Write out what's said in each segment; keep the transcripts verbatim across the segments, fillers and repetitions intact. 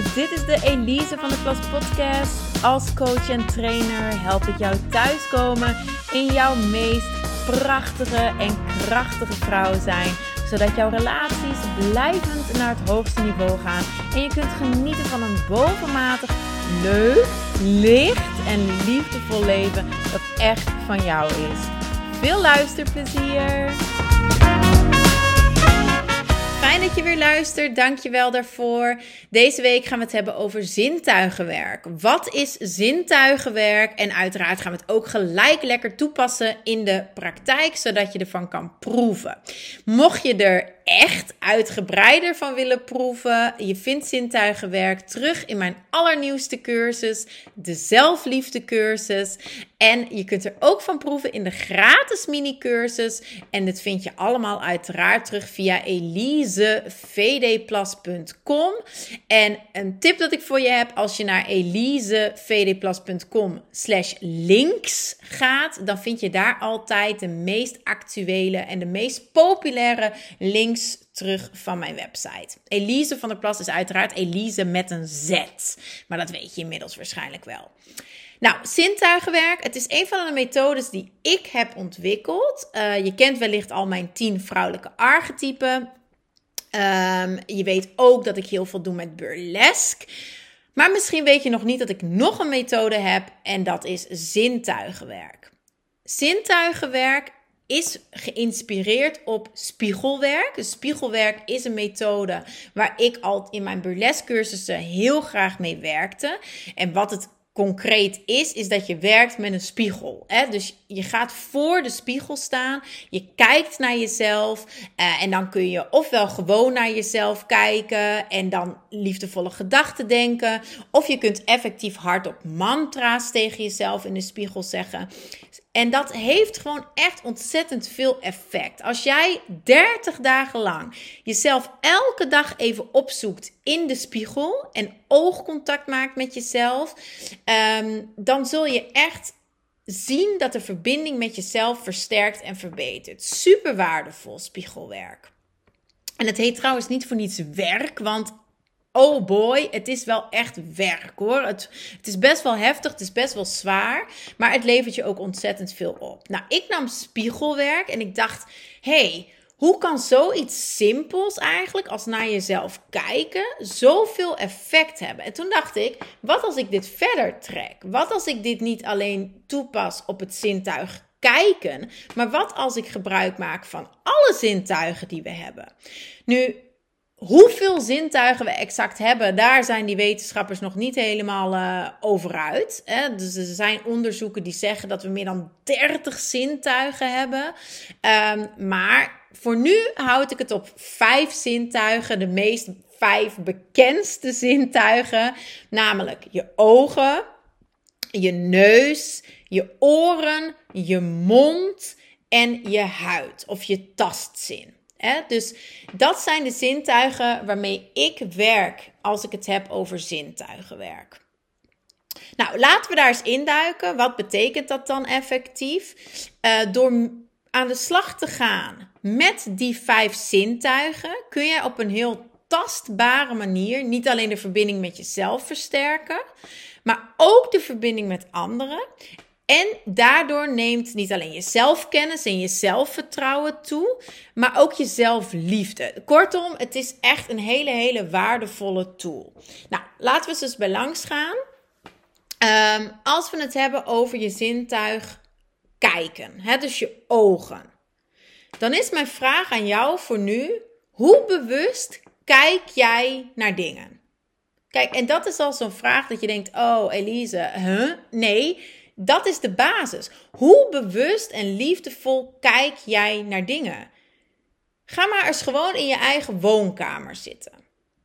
dit is de Elise van de Klas Podcast. Als coach en trainer help ik jou thuiskomen in jouw meest prachtige en krachtige vrouw zijn. Zodat jouw relaties blijvend naar het hoogste niveau gaan. En je kunt genieten van een bovenmatig leuk, licht en liefdevol leven dat echt van jou is. Veel luisterplezier! Fijn dat je weer luistert, dankjewel daarvoor. Deze week gaan we het hebben over zintuigenwerk. Wat is zintuigenwerk? En uiteraard gaan we het ook gelijk lekker toepassen in de praktijk, zodat je ervan kan proeven. Mocht je er echt uitgebreider van willen proeven, je vindt zintuigenwerk terug in mijn allernieuwste cursus, de zelfliefdecursus. En je kunt er ook van proeven in de gratis mini-cursus. En dit vind je allemaal uiteraard terug via elise v d plas punt com. En een tip dat ik voor je heb, als je naar elise v d plas punt com slash links gaat, dan vind je daar altijd de meest actuele en de meest populaire links terug van mijn website. Elise van der Plas is uiteraard Elise met een Z. Maar dat weet je inmiddels waarschijnlijk wel. Nou, zintuigenwerk. Het is een van de methodes die ik heb ontwikkeld. Uh, je kent wellicht al mijn tien vrouwelijke archetypen. Um, je weet ook dat ik heel veel doe met burlesque. Maar misschien weet je nog niet dat ik nog een methode heb. En dat is zintuigenwerk. Zintuigenwerk is geïnspireerd op spiegelwerk. Dus spiegelwerk is een methode waar ik al in mijn burlesque cursussen heel graag mee werkte. En wat het concreet is, is dat je werkt met een spiegel. Hè? Dus je gaat voor de spiegel staan, je kijkt naar jezelf uh, en dan kun je ofwel gewoon naar jezelf kijken en dan liefdevolle gedachten denken, of je kunt effectief hardop mantra's tegen jezelf in de spiegel zeggen. En dat heeft gewoon echt ontzettend veel effect. Als jij dertig dagen lang jezelf elke dag even opzoekt in de spiegel en oogcontact maakt met jezelf, um, dan zul je echt zien dat de verbinding met jezelf versterkt en verbetert. Super waardevol spiegelwerk. En het heet trouwens niet voor niets werk, want oh boy, het is wel echt werk hoor. Het, het is best wel heftig, het is best wel zwaar, maar het levert je ook ontzettend veel op. Nou, ik nam spiegelwerk en ik dacht, hey, hoe kan zoiets simpels eigenlijk als naar jezelf kijken zoveel effect hebben? En toen dacht ik, wat als ik dit verder trek? Wat als ik dit niet alleen toepas op het zintuig kijken, maar wat als ik gebruik maak van alle zintuigen die we hebben? Nu, hoeveel zintuigen we exact hebben, daar zijn die wetenschappers nog niet helemaal uh, over uit. Hè? Dus er zijn onderzoeken die zeggen dat we meer dan dertig zintuigen hebben. Um, maar voor nu houd ik het op vijf zintuigen, de meest vijf bekendste zintuigen. Namelijk je ogen, je neus, je oren, je mond en je huid of je tastzin. He, dus dat zijn de zintuigen waarmee ik werk als ik het heb over zintuigenwerk. Nou, laten we daar eens induiken. Wat betekent dat dan effectief? Uh, door aan de slag te gaan met die vijf zintuigen kun je op een heel tastbare manier niet alleen de verbinding met jezelf versterken, maar ook de verbinding met anderen. En daardoor neemt niet alleen je zelfkennis en je zelfvertrouwen toe, maar ook je zelfliefde. Kortom, het is echt een hele, hele waardevolle tool. Nou, laten we eens dus bij langs gaan. Um, als we het hebben over je zintuig kijken, hè, dus je ogen. Dan is mijn vraag aan jou voor nu, hoe bewust kijk jij naar dingen? Kijk, en dat is al zo'n vraag dat je denkt, oh Elise, huh? Nee, dat is de basis. Hoe bewust en liefdevol kijk jij naar dingen? Ga maar eens gewoon in je eigen woonkamer zitten.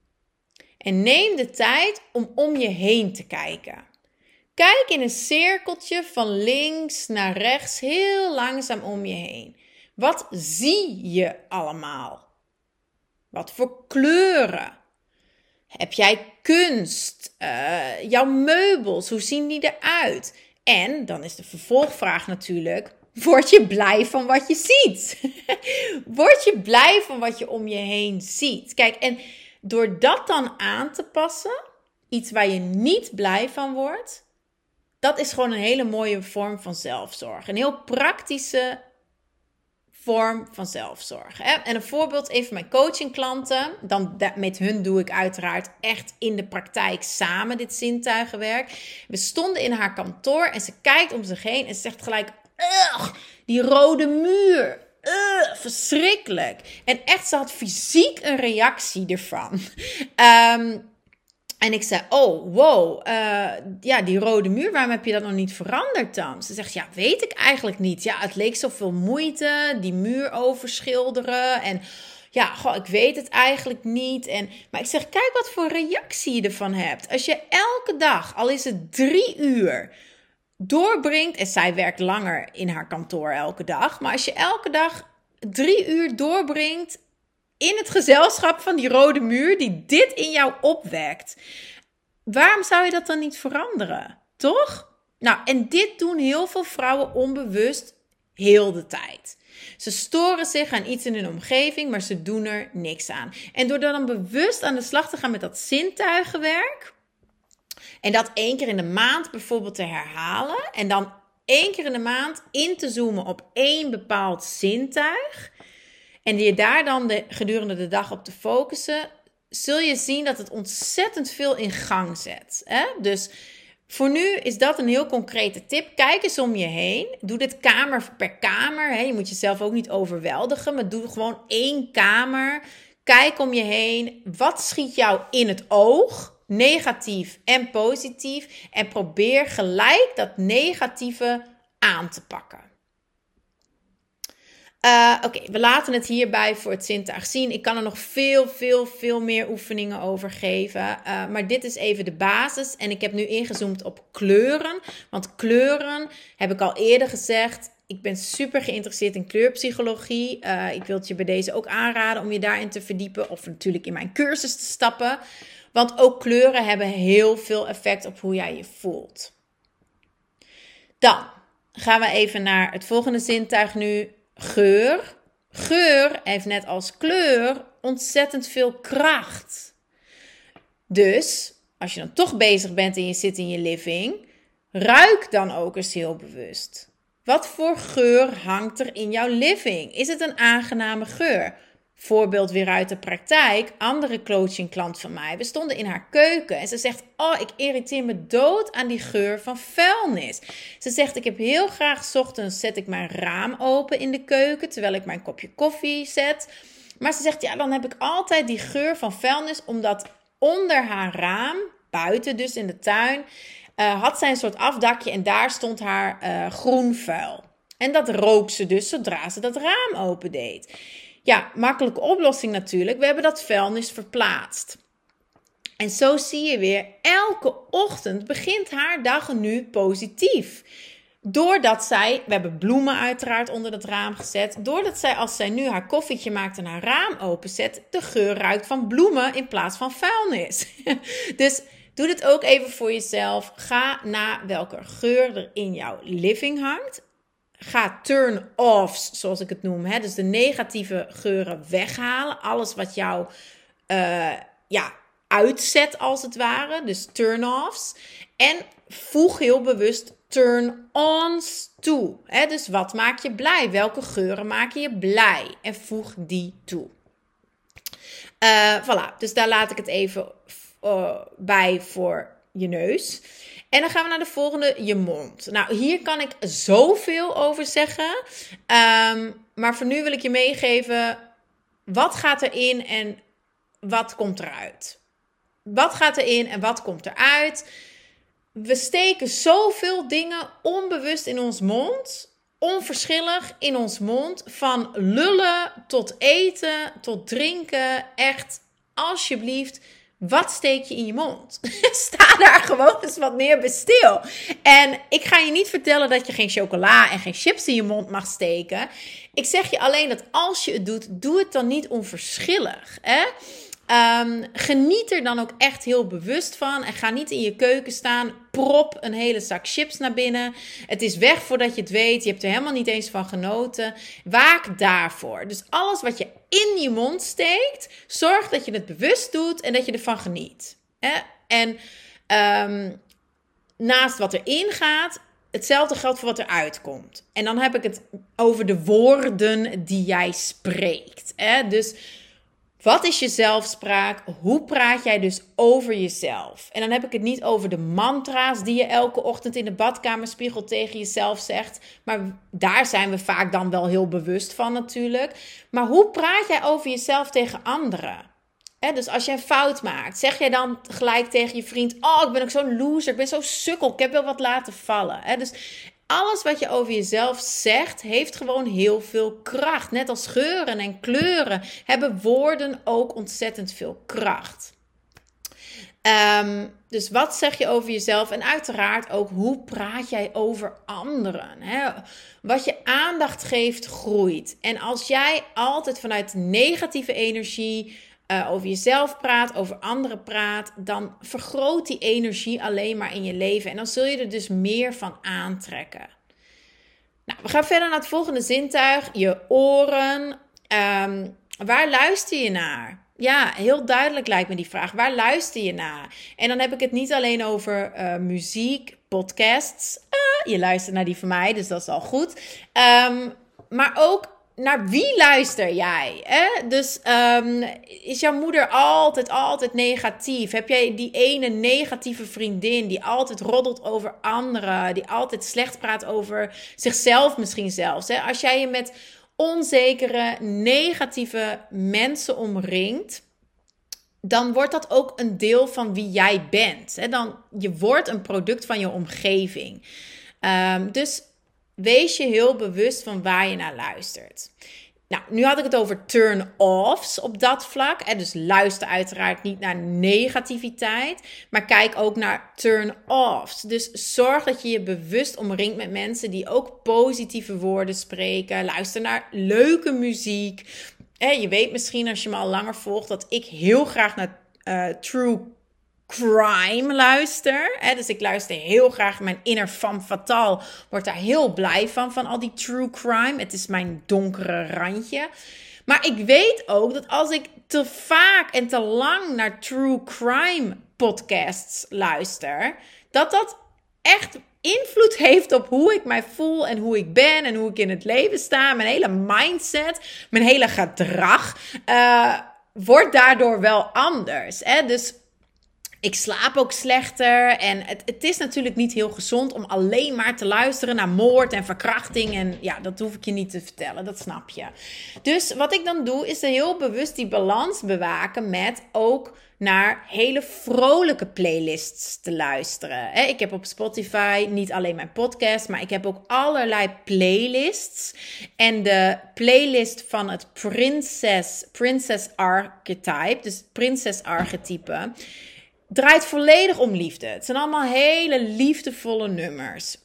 En neem de tijd om om je heen te kijken. Kijk in een cirkeltje van links naar rechts heel langzaam om je heen. Wat zie je allemaal? Wat voor kleuren? Heb jij kunst? Uh, jouw meubels, hoe zien die eruit? En dan is de vervolgvraag natuurlijk, word je blij van wat je ziet? Word je blij van wat je om je heen ziet? Kijk, en door dat dan aan te passen, iets waar je niet blij van wordt, dat is gewoon een hele mooie vorm van zelfzorg. Een heel praktische vorm van zelfzorg. Hè? En een voorbeeld, even mijn coachingklanten. Dan met hun doe ik uiteraard echt in de praktijk samen dit zintuigenwerk. We stonden in haar kantoor en ze kijkt om zich heen en ze zegt gelijk, ugh, die rode muur. Ugh, verschrikkelijk. En echt, ze had fysiek een reactie ervan. Um, En ik zei, oh, wow, uh, ja, die rode muur, waarom heb je dat nog niet veranderd dan? Ze zegt, ja, weet ik eigenlijk niet. Ja, het leek zoveel moeite, die muur overschilderen. En ja, goh, ik weet het eigenlijk niet. En, maar ik zeg, kijk wat voor reactie je ervan hebt. Als je elke dag, al is het drie uur, doorbrengt. En zij werkt langer in haar kantoor elke dag. Maar als je elke dag drie uur doorbrengt in het gezelschap van die rode muur die dit in jou opwekt, waarom zou je dat dan niet veranderen? Toch? Nou, en dit doen heel veel vrouwen onbewust heel de tijd. Ze storen zich aan iets in hun omgeving, maar ze doen er niks aan. En door dan bewust aan de slag te gaan met dat zintuigenwerk, en dat één keer in de maand bijvoorbeeld te herhalen, en dan één keer in de maand in te zoomen op één bepaald zintuig, en je daar dan de, gedurende de dag op te focussen, zul je zien dat het ontzettend veel in gang zet. Hè? Dus voor nu is dat een heel concrete tip. Kijk eens om je heen. Doe dit kamer per kamer. Hè? Je moet jezelf ook niet overweldigen, maar doe gewoon één kamer. Kijk om je heen. Wat schiet jou in het oog? Negatief en positief. En probeer gelijk dat negatieve aan te pakken. Uh, Oké, okay, we laten het hierbij voor het zintuig zien. Ik kan er nog veel, veel, veel meer oefeningen over geven. Uh, maar dit is even de basis. En ik heb nu ingezoomd op kleuren. Want kleuren, heb ik al eerder gezegd, ik ben super geïnteresseerd in kleurpsychologie. Uh, ik wil het je bij deze ook aanraden om je daarin te verdiepen. Of natuurlijk in mijn cursus te stappen. Want ook kleuren hebben heel veel effect op hoe jij je voelt. Dan gaan we even naar het volgende zintuig nu. Geur. Geur heeft net als kleur ontzettend veel kracht. Dus, als je dan toch bezig bent en je zit in je living, ruik dan ook eens heel bewust. Wat voor geur hangt er in jouw living? Is het een aangename geur? Voorbeeld weer uit de praktijk. Andere coachingklant van mij. We stonden in haar keuken. En ze zegt, oh, ik irriteer me dood aan die geur van vuilnis. Ze zegt, ik heb heel graag 's ochtends zet ik mijn raam open in de keuken. Terwijl ik mijn kopje koffie zet. Maar ze zegt, ja, dan heb ik altijd die geur van vuilnis. Omdat onder haar raam, buiten dus in de tuin, uh, had zij een soort afdakje. En daar stond haar uh, groen vuil. En dat rook ze dus zodra ze dat raam open deed. Ja, makkelijke oplossing natuurlijk. We hebben dat vuilnis verplaatst. En zo zie je weer, elke ochtend begint haar dag nu positief. Doordat zij, we hebben bloemen uiteraard onder het raam gezet. Doordat zij, als zij nu haar koffietje maakt en haar raam openzet, de geur ruikt van bloemen in plaats van vuilnis. Dus doe dit ook even voor jezelf. Ga naar welke geur er in jouw living hangt. Ga turn-offs, zoals ik het noem. Hè? Dus de negatieve geuren weghalen. Alles wat jou uh, ja, uitzet als het ware. Dus turn-offs. En voeg heel bewust turn-ons toe. Hè? Dus wat maakt je blij? Welke geuren maken je blij? En voeg die toe. Uh, voilà, dus daar laat ik het even uh, bij voor je neus. En dan gaan we naar de volgende, je mond. Nou, hier kan ik zoveel over zeggen. Um, maar voor nu wil ik je meegeven, wat gaat erin en wat komt eruit? Wat gaat erin en wat komt eruit? We steken zoveel dingen onbewust in ons mond, onverschillig in ons mond. Van lullen tot eten, tot drinken. Echt, alsjeblieft. Wat steek je in je mond? Sta daar gewoon eens wat meer bij stil. En ik ga je niet vertellen dat je geen chocola en geen chips in je mond mag steken. Ik zeg je alleen dat als je het doet, doe het dan niet onverschillig. Hè? Um, geniet er dan ook echt heel bewust van. En ga niet in je keuken staan. Prop een hele zak chips naar binnen. Het is weg voordat je het weet. Je hebt er helemaal niet eens van genoten. Waak daarvoor. Dus alles wat je in je mond steekt, zorg dat je het bewust doet en dat je ervan geniet. En Um, naast wat erin gaat, hetzelfde geldt voor wat eruit komt. En dan heb ik het over de woorden die jij spreekt. Hè? Dus wat is je zelfspraak? Hoe praat jij dus over jezelf? En dan heb ik het niet over de mantra's die je elke ochtend in de badkamerspiegel tegen jezelf zegt. Maar daar zijn we vaak dan wel heel bewust van natuurlijk. Maar hoe praat jij over jezelf tegen anderen? He, dus als jij een fout maakt, zeg jij dan gelijk tegen je vriend: oh, ik ben ook zo'n loser, ik ben zo sukkel, ik heb wel wat laten vallen. He, dus alles wat je over jezelf zegt, heeft gewoon heel veel kracht. Net als geuren en kleuren hebben woorden ook ontzettend veel kracht. Um, dus wat zeg je over jezelf? En uiteraard ook, hoe praat jij over anderen? Hè? Wat je aandacht geeft, groeit. En als jij altijd vanuit negatieve energie Uh, over jezelf praat, over anderen praat, dan vergroot die energie alleen maar in je leven. En dan zul je er dus meer van aantrekken. Nou, we gaan verder naar het volgende zintuig, je oren. Um, waar luister je naar? Ja, heel duidelijk lijkt me die vraag. Waar luister je naar? En dan heb ik het niet alleen over uh, muziek, podcasts. Uh, je luistert naar die van mij, dus dat is al goed. Um, maar ook naar wie luister jij? Hè? Dus um, is jouw moeder altijd, altijd negatief? Heb jij die ene negatieve vriendin die altijd roddelt over anderen? Die altijd slecht praat over zichzelf misschien zelfs? Hè? Als jij je met onzekere, negatieve mensen omringt, dan wordt dat ook een deel van wie jij bent. Hè? Dan, je wordt een product van je omgeving. Um, dus wees je heel bewust van waar je naar luistert. Nou, nu had ik het over turn-offs op dat vlak. Hè? Dus luister uiteraard niet naar negativiteit, maar kijk ook naar turn-offs. Dus zorg dat je je bewust omringt met mensen die ook positieve woorden spreken. Luister naar leuke muziek. Hè, je weet misschien als je me al langer volgt dat ik heel graag naar uh, true crime luister. Hè? Dus ik luister heel graag. Mijn inner femme fatale wordt daar heel blij van. Van al die true crime. Het is mijn donkere randje. Maar ik weet ook dat als ik te vaak en te lang naar true crime podcasts luister, dat dat echt invloed heeft op hoe ik mij voel en hoe ik ben en hoe ik in het leven sta. Mijn hele mindset, mijn hele gedrag uh, wordt daardoor wel anders. Hè? Dus ik slaap ook slechter en het, het is natuurlijk niet heel gezond om alleen maar te luisteren naar moord en verkrachting. En ja, dat hoef ik je niet te vertellen, dat snap je. Dus wat ik dan doe is er heel bewust die balans bewaken met ook naar hele vrolijke playlists te luisteren. Ik heb op Spotify niet alleen mijn podcast, maar ik heb ook allerlei playlists. En de playlist van het Princess, Princess Archetype, dus Princess Archetype, draait volledig om liefde. Het zijn allemaal hele liefdevolle nummers.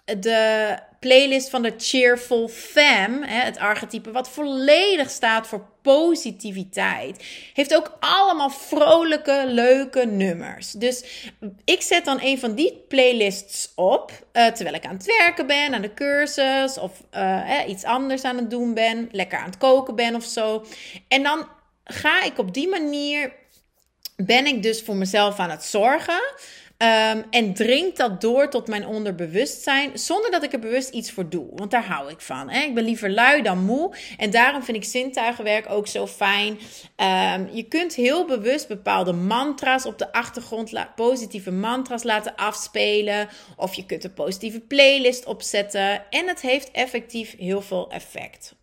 De playlist van de Cheerful Femme, het archetype wat volledig staat voor positiviteit, heeft ook allemaal vrolijke, leuke nummers. Dus ik zet dan een van die playlists op, uh, terwijl ik aan het werken ben, aan de cursus, of uh, eh, iets anders aan het doen ben, lekker aan het koken ben of zo. En dan ga ik op die manier, ben ik dus voor mezelf aan het zorgen. Um, en dringt dat door tot mijn onderbewustzijn, zonder dat ik er bewust iets voor doe. Want daar hou ik van. Hè? Ik ben liever lui dan moe. En daarom vind ik zintuigenwerk ook zo fijn. Um, je kunt heel bewust bepaalde mantra's op de achtergrond, la- positieve mantra's laten afspelen. Of je kunt een positieve playlist opzetten. En het heeft effectief heel veel effect.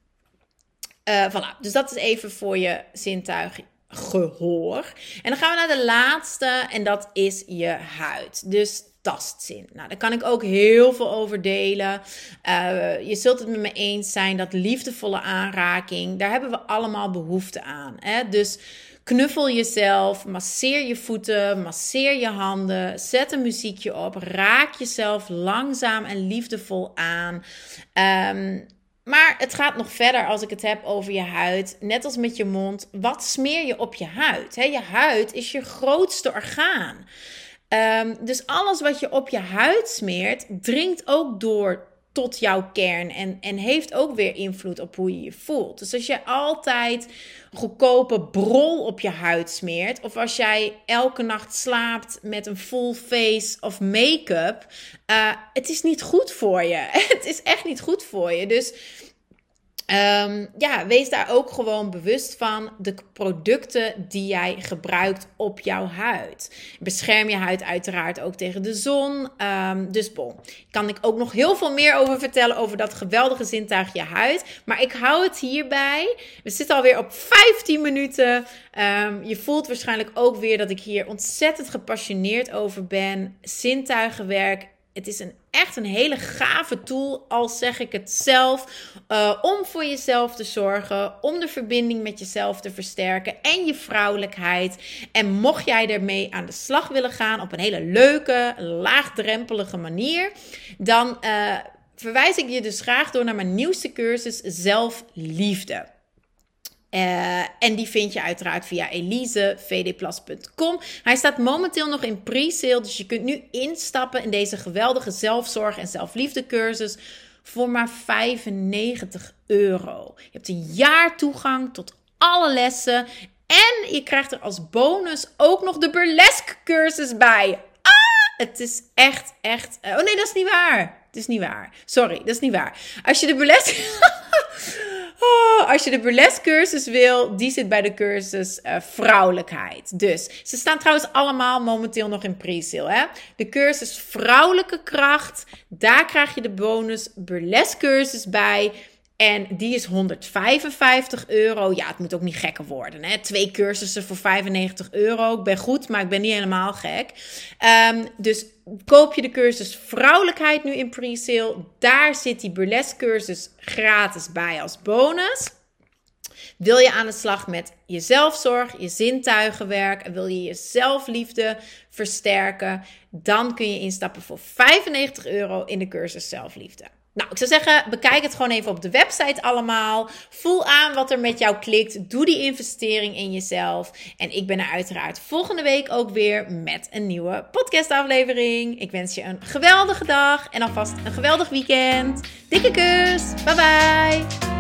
Uh, voilà, dus dat is even voor je zintuig. Gehoor. En dan gaan we naar de laatste en dat is je huid. Dus tastzin. Nou, daar kan ik ook heel veel over delen. Uh, je zult het met me eens zijn dat liefdevolle aanraking, daar hebben we allemaal behoefte aan. Hè? Dus knuffel jezelf, masseer je voeten, masseer je handen, zet een muziekje op, raak jezelf langzaam en liefdevol aan. Um, Maar het gaat nog verder als ik het heb over je huid. Net als met je mond. Wat smeer je op je huid? He, je huid is je grootste orgaan. Um, dus alles wat je op je huid smeert, dringt ook door tot jouw kern en, en heeft ook weer invloed op hoe je je voelt. Dus als je altijd goedkope brol op je huid smeert, of als jij elke nacht slaapt met een full face of make-up, uh, het is niet goed voor je. Het is echt niet goed voor je. Dus Um, ja, wees daar ook gewoon bewust van, de producten die jij gebruikt op jouw huid. Bescherm je huid uiteraard ook tegen de zon. Um, dus bon, kan ik ook nog heel veel meer over vertellen over dat geweldige zintuig je huid. Maar ik hou het hierbij. We zitten alweer op vijftien minuten. Um, je voelt waarschijnlijk ook weer dat ik hier ontzettend gepassioneerd over ben. Zintuigenwerk. Het is een, echt een hele gave tool, al zeg ik het zelf, uh, om voor jezelf te zorgen, om de verbinding met jezelf te versterken en je vrouwelijkheid. En mocht jij ermee aan de slag willen gaan op een hele leuke, laagdrempelige manier, dan uh, verwijs ik je dus graag door naar mijn nieuwste cursus Zelfliefde. Uh, en die vind je uiteraard via elise v d plus punt com. Hij staat momenteel nog in pre-sale, dus je kunt nu instappen in deze geweldige zelfzorg en zelfliefde cursus voor maar vijfennegentig euro. Je hebt een jaar toegang tot alle lessen en je krijgt er als bonus ook nog de burlesque cursus bij. Ah, het is echt, echt... Oh nee, dat is niet waar. Het is niet waar. Sorry, dat is niet waar. Als je de burlesque... Oh, als je de burlesque cursus wil, die zit bij de cursus uh, vrouwelijkheid. Dus, ze staan trouwens allemaal momenteel nog in pre-sale. Hè? De cursus vrouwelijke kracht, daar krijg je de bonus burlesque cursus bij. En die is honderdvijfenvijftig euro. Ja, het moet ook niet gekker worden. Hè? Twee cursussen voor vijfennegentig euro. Ik ben goed, maar ik ben niet helemaal gek. Um, dus koop je de cursus vrouwelijkheid nu in pre-sale. Daar zit die burlesque cursus gratis bij als bonus. Wil je aan de slag met je zelfzorg, je zintuigenwerk en wil je je zelfliefde versterken, dan kun je instappen voor vijfennegentig euro in de cursus Zelfliefde. Nou, ik zou zeggen, bekijk het gewoon even op de website allemaal. Voel aan wat er met jou klikt. Doe die investering in jezelf. En ik ben er uiteraard volgende week ook weer met een nieuwe podcastaflevering. Ik wens je een geweldige dag en alvast een geweldig weekend. Dikke kus. Bye bye.